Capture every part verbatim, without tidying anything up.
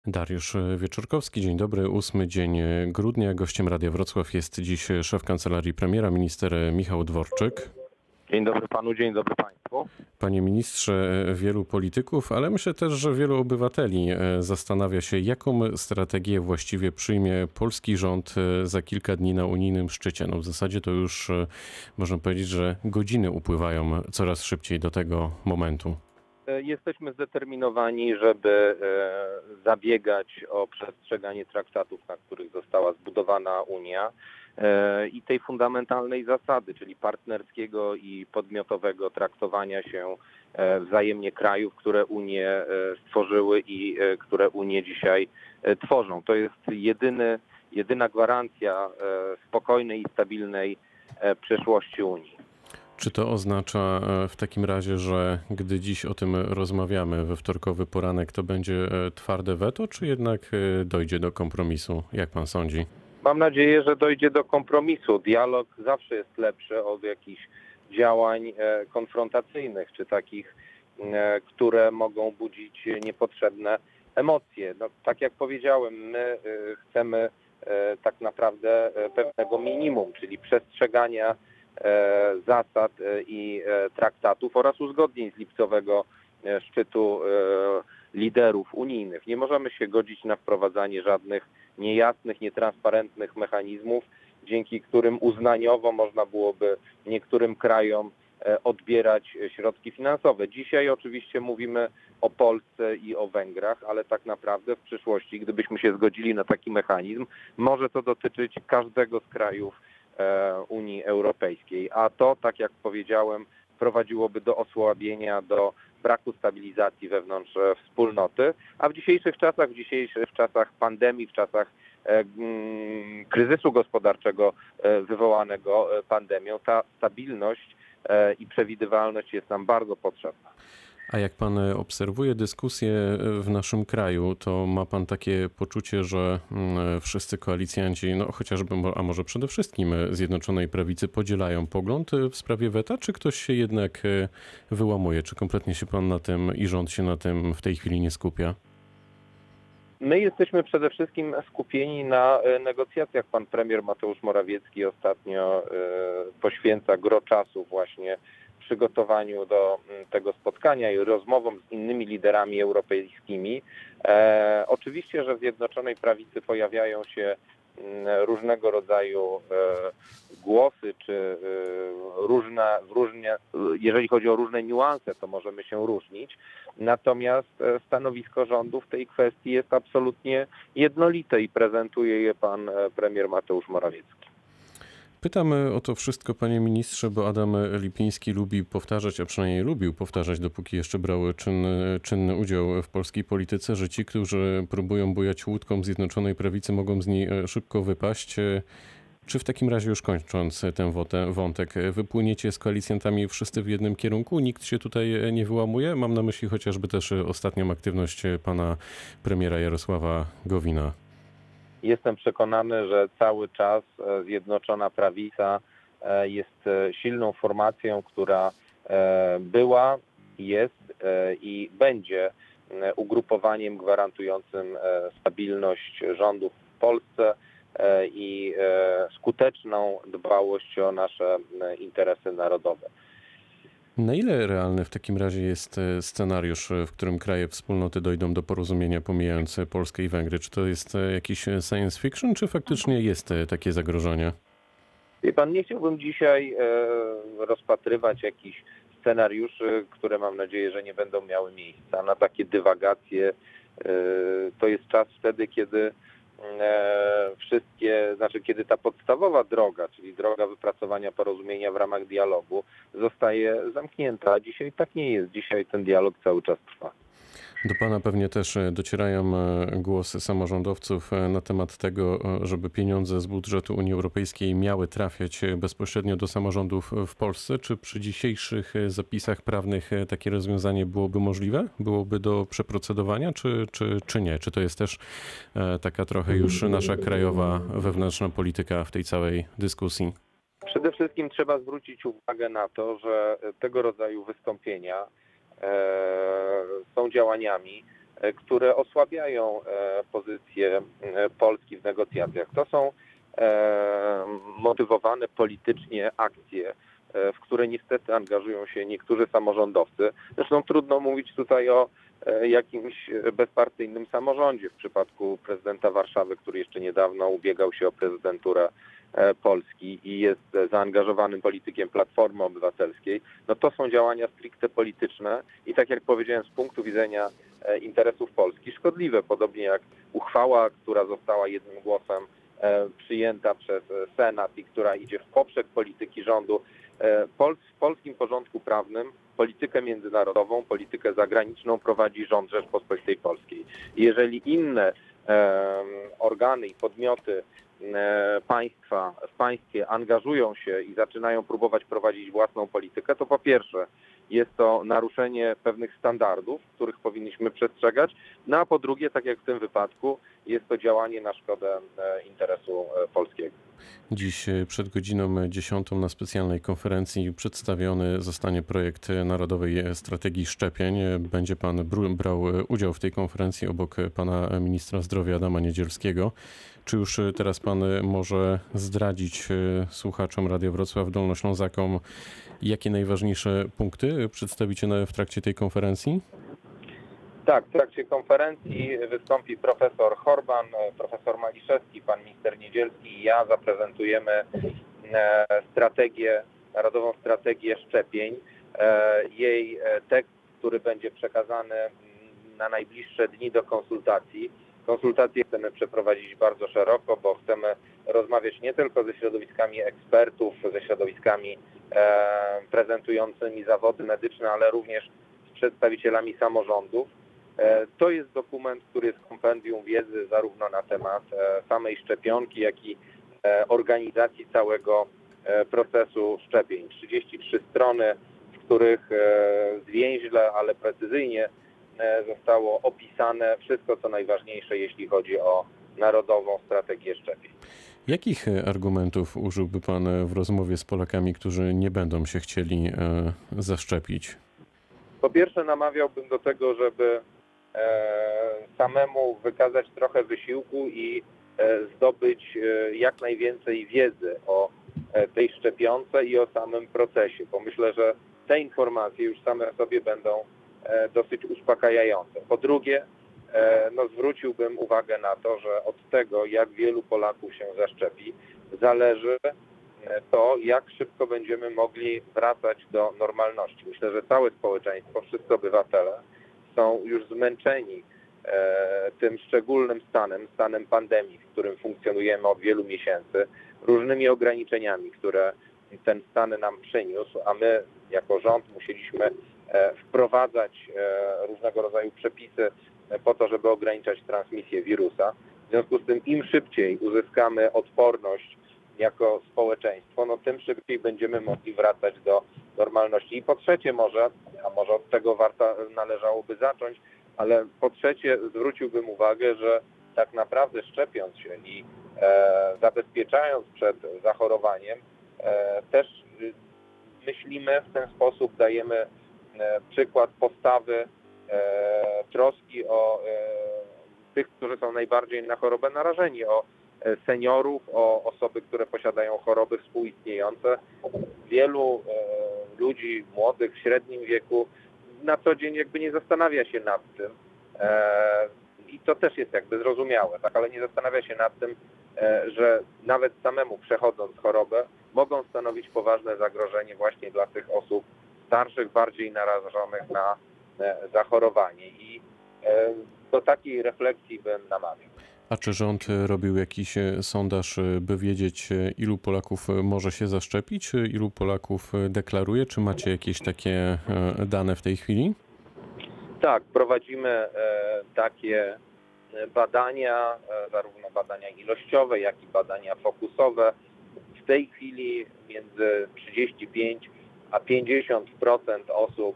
Dariusz Wieczorkowski, dzień dobry. Ósmy dzień grudnia. Gościem Radia Wrocław jest dziś szef kancelarii premiera, minister Michał Dworczyk. Dzień dobry panu, dzień dobry państwu. Panie ministrze, wielu polityków, ale myślę też, że wielu obywateli zastanawia się, jaką strategię właściwie przyjmie polski rząd za kilka dni na unijnym szczycie. No w zasadzie to już można powiedzieć, że godziny upływają coraz szybciej do tego momentu. Jesteśmy zdeterminowani, żeby zabiegać o przestrzeganie traktatów, na których została zbudowana Unia i tej fundamentalnej zasady, czyli partnerskiego i podmiotowego traktowania się wzajemnie krajów, które Unię stworzyły i które Unię dzisiaj tworzą. To jest jedyny, jedyna gwarancja spokojnej i stabilnej przyszłości Unii. Czy to oznacza w takim razie, że gdy dziś o tym rozmawiamy we wtorkowy poranek, to będzie twarde weto, czy jednak dojdzie do kompromisu? Jak pan sądzi? Mam nadzieję, że dojdzie do kompromisu. Dialog zawsze jest lepszy od jakichś działań konfrontacyjnych, czy takich, które mogą budzić niepotrzebne emocje. No, tak jak powiedziałem, my chcemy tak naprawdę pewnego minimum, czyli przestrzegania zasad i traktatów oraz uzgodnień z lipcowego szczytu liderów unijnych. Nie możemy się godzić na wprowadzanie żadnych niejasnych, nietransparentnych mechanizmów, dzięki którym uznaniowo można byłoby niektórym krajom odbierać środki finansowe. Dzisiaj oczywiście mówimy o Polsce i o Węgrach, ale tak naprawdę w przyszłości, gdybyśmy się zgodzili na taki mechanizm, może to dotyczyć każdego z krajów Unii Europejskiej, a to, tak jak powiedziałem, prowadziłoby do osłabienia, do braku stabilizacji wewnątrz wspólnoty, a w dzisiejszych czasach, w dzisiejszych w czasach pandemii, w czasach mm, kryzysu gospodarczego wywołanego pandemią, ta stabilność i przewidywalność jest nam bardzo potrzebna. A jak pan obserwuje dyskusję w naszym kraju, to ma pan takie poczucie, że wszyscy koalicjanci, no chociażby, a może przede wszystkim Zjednoczonej Prawicy podzielają pogląd w sprawie weta, czy ktoś się jednak wyłamuje? Czy kompletnie się pan na tym i rząd się na tym w tej chwili nie skupia? My jesteśmy przede wszystkim skupieni na negocjacjach. Pan premier Mateusz Morawiecki ostatnio poświęca gro czasu właśnie przygotowaniu do tego spotkania i rozmowom z innymi liderami europejskimi. E, oczywiście, że w Zjednoczonej Prawicy pojawiają się różnego rodzaju e, głosy, czy e, różne, różnie, jeżeli chodzi o różne niuanse, to możemy się różnić. Natomiast stanowisko rządu w tej kwestii jest absolutnie jednolite i prezentuje je pan premier Mateusz Morawiecki. Pytamy o to wszystko, panie ministrze, bo Adam Lipiński lubi powtarzać, a przynajmniej lubił powtarzać, dopóki jeszcze brał czynny, czynny udział w polskiej polityce, że ci, którzy próbują bujać łódką Zjednoczonej Prawicy, mogą z niej szybko wypaść. Czy w takim razie, już kończąc ten wątek, wypłyniecie z koalicjantami wszyscy w jednym kierunku? Nikt się tutaj nie wyłamuje? Mam na myśli chociażby też ostatnią aktywność pana premiera Jarosława Gowina. Jestem przekonany, że cały czas Zjednoczona Prawica jest silną formacją, która była, jest i będzie ugrupowaniem gwarantującym stabilność rządów w Polsce i skuteczną dbałość o nasze interesy narodowe. Na ile realny w takim razie jest scenariusz, w którym kraje wspólnoty dojdą do porozumienia, pomijając Polskę i Węgry? Czy to jest jakiś science fiction, czy faktycznie jest takie zagrożenie? Wie pan, nie chciałbym dzisiaj rozpatrywać jakichś scenariuszy, które mam nadzieję, że nie będą miały miejsca. Na takie dywagacje to jest czas wtedy, kiedy wszystkie, znaczy kiedy ta podstawowa droga, czyli droga wypracowania porozumienia w ramach dialogu zostaje zamknięta. Dzisiaj tak nie jest. Dzisiaj ten dialog cały czas trwa. Do pana pewnie też docierają głosy samorządowców na temat tego, żeby pieniądze z budżetu Unii Europejskiej miały trafiać bezpośrednio do samorządów w Polsce. Czy przy dzisiejszych zapisach prawnych takie rozwiązanie byłoby możliwe? Byłoby do przeprocedowania, czy, czy, czy nie? Czy to jest też taka trochę już nasza krajowa, wewnętrzna polityka w tej całej dyskusji? Przede wszystkim trzeba zwrócić uwagę na to, że tego rodzaju wystąpienia są działaniami, które osłabiają pozycję Polski w negocjacjach. To są motywowane politycznie akcje, w które niestety angażują się niektórzy samorządowcy. Zresztą trudno mówić tutaj o jakimś bezpartyjnym samorządzie w przypadku prezydenta Warszawy, który jeszcze niedawno ubiegał się o prezydenturę Polski i jest zaangażowanym politykiem Platformy Obywatelskiej. No to są działania stricte polityczne i tak jak powiedziałem, z punktu widzenia interesów Polski szkodliwe, podobnie jak uchwała, która została jednym głosem przyjęta przez Senat i która idzie w poprzek polityki rządu. W polskim porządku prawnym politykę międzynarodową, politykę zagraniczną prowadzi rząd Rzeczpospolitej Polskiej. Jeżeli inne organy i podmioty państwa w państwie angażują się i zaczynają próbować prowadzić własną politykę, to po pierwsze jest to naruszenie pewnych standardów, których powinniśmy przestrzegać, no a po drugie, tak jak w tym wypadku, jest to działanie na szkodę interesu polskiego. Dziś przed godziną dziesiątą na specjalnej konferencji przedstawiony zostanie projekt Narodowej Strategii Szczepień. Będzie pan brał udział w tej konferencji obok pana ministra zdrowia Adama Niedzielskiego. Czy już teraz pan może zdradzić słuchaczom Radia Wrocław Dolnoślązakom, jakie najważniejsze punkty przedstawicie w trakcie tej konferencji? Tak, w trakcie konferencji wystąpi profesor Horban, profesor Maliszewski, pan minister Niedzielski i ja zaprezentujemy strategię, Narodową Strategię Szczepień. Jej tekst, który będzie przekazany na najbliższe dni do konsultacji. Konsultacje chcemy przeprowadzić bardzo szeroko, bo chcemy rozmawiać nie tylko ze środowiskami ekspertów, ze środowiskami prezentującymi zawody medyczne, ale również z przedstawicielami samorządów. To jest dokument, który jest kompendium wiedzy zarówno na temat samej szczepionki, jak i organizacji całego procesu szczepień. trzydzieści trzy strony, w których zwięźle, ale precyzyjnie zostało opisane wszystko, co najważniejsze, jeśli chodzi o Narodową Strategię Szczepień. Jakich argumentów użyłby pan w rozmowie z Polakami, którzy nie będą się chcieli zaszczepić? Po pierwsze, namawiałbym do tego, żeby samemu wykazać trochę wysiłku i zdobyć jak najwięcej wiedzy o tej szczepionce i o samym procesie, bo myślę, że te informacje już same w sobie będą dosyć uspokajające. Po drugie, no zwróciłbym uwagę na to, że od tego, jak wielu Polaków się zaszczepi, zależy to, jak szybko będziemy mogli wracać do normalności. Myślę, że całe społeczeństwo, wszyscy obywatele są już zmęczeni e, tym szczególnym stanem, stanem pandemii, w którym funkcjonujemy od wielu miesięcy, różnymi ograniczeniami, które ten stan nam przyniósł, a my jako rząd musieliśmy e, wprowadzać e, różnego rodzaju przepisy po to, żeby ograniczać transmisję wirusa. W związku z tym im szybciej uzyskamy odporność jako społeczeństwo, no tym szybciej będziemy mogli wracać do normalności. I po trzecie może, a może od tego warto należałoby zacząć, ale po trzecie zwróciłbym uwagę, że tak naprawdę szczepiąc się i e, zabezpieczając przed zachorowaniem, e, też myślimy w ten sposób, dajemy e, przykład postawy e, troski o e, tych, którzy są najbardziej na chorobę narażeni, o seniorów, o osoby, które posiadają choroby współistniejące. Wielu e, ludzi młodych, w średnim wieku na co dzień jakby nie zastanawia się nad tym e, i to też jest jakby zrozumiałe, tak, ale nie zastanawia się nad tym, e, że nawet samemu przechodząc chorobę mogą stanowić poważne zagrożenie właśnie dla tych osób starszych, bardziej narażonych na e, zachorowanie i e, do takiej refleksji bym namawiał. A czy rząd robił jakiś sondaż, by wiedzieć, ilu Polaków może się zaszczepić, ilu Polaków deklaruje? Czy macie jakieś takie dane w tej chwili? Tak, prowadzimy takie badania, zarówno badania ilościowe, jak i badania fokusowe. W tej chwili między trzydzieści pięć a pięćdziesiąt procent osób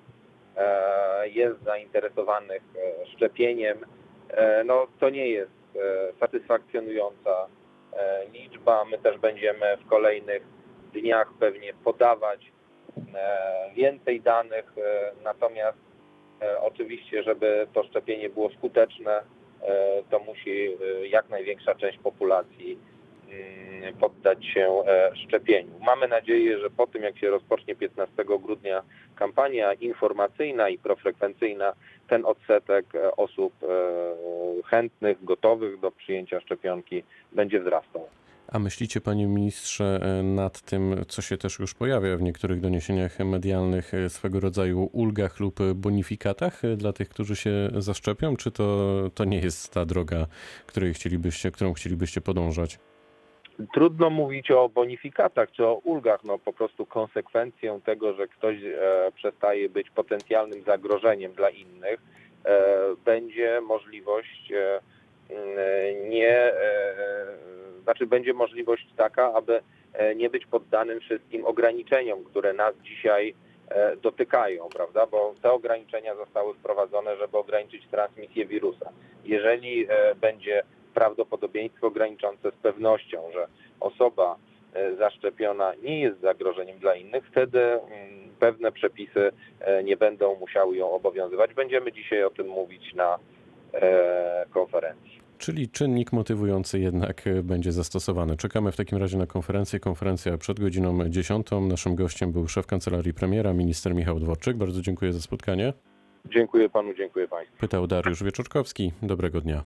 jest zainteresowanych szczepieniem. No, to nie jest satysfakcjonująca liczba. My też będziemy w kolejnych dniach pewnie podawać więcej danych, natomiast E, Oczywiście, żeby to szczepienie było skuteczne, e, to musi e, jak największa część populacji mm, poddać się e, szczepieniu. Mamy nadzieję, że po tym, jak się rozpocznie piętnastego grudnia kampania informacyjna i profrekwencyjna, ten odsetek e, osób e, chętnych, gotowych do przyjęcia szczepionki będzie wzrastał. A myślicie, panie ministrze, nad tym, co się też już pojawia w niektórych doniesieniach medialnych, swego rodzaju ulgach lub bonifikatach dla tych, którzy się zaszczepią? Czy to, to nie jest ta droga, której chcielibyście, którą chcielibyście podążać? Trudno mówić o bonifikatach czy o ulgach, no po prostu konsekwencją tego, że ktoś e, przestaje być potencjalnym zagrożeniem dla innych, e, będzie możliwość e, nie, e, znaczy będzie możliwość taka, aby e, nie być poddanym wszystkim ograniczeniom, które nas dzisiaj e, dotykają, prawda? Bo te ograniczenia zostały wprowadzone, żeby ograniczyć transmisję wirusa. Jeżeli e, będzie prawdopodobieństwo graniczące z pewnością, że osoba e, zaszczepiona nie jest zagrożeniem dla innych, wtedy mm, pewne przepisy e, nie będą musiały ją obowiązywać. Będziemy dzisiaj o tym mówić na e, konferencji. Czyli czynnik motywujący jednak będzie zastosowany. Czekamy w takim razie na konferencję. Konferencja przed godziną dziesiątą. Naszym gościem był szef Kancelarii Premiera, minister Michał Dworczyk. Bardzo dziękuję za spotkanie. Dziękuję panu, dziękuję państwu. Pytał Dariusz Wieczorkowski. Dobrego dnia.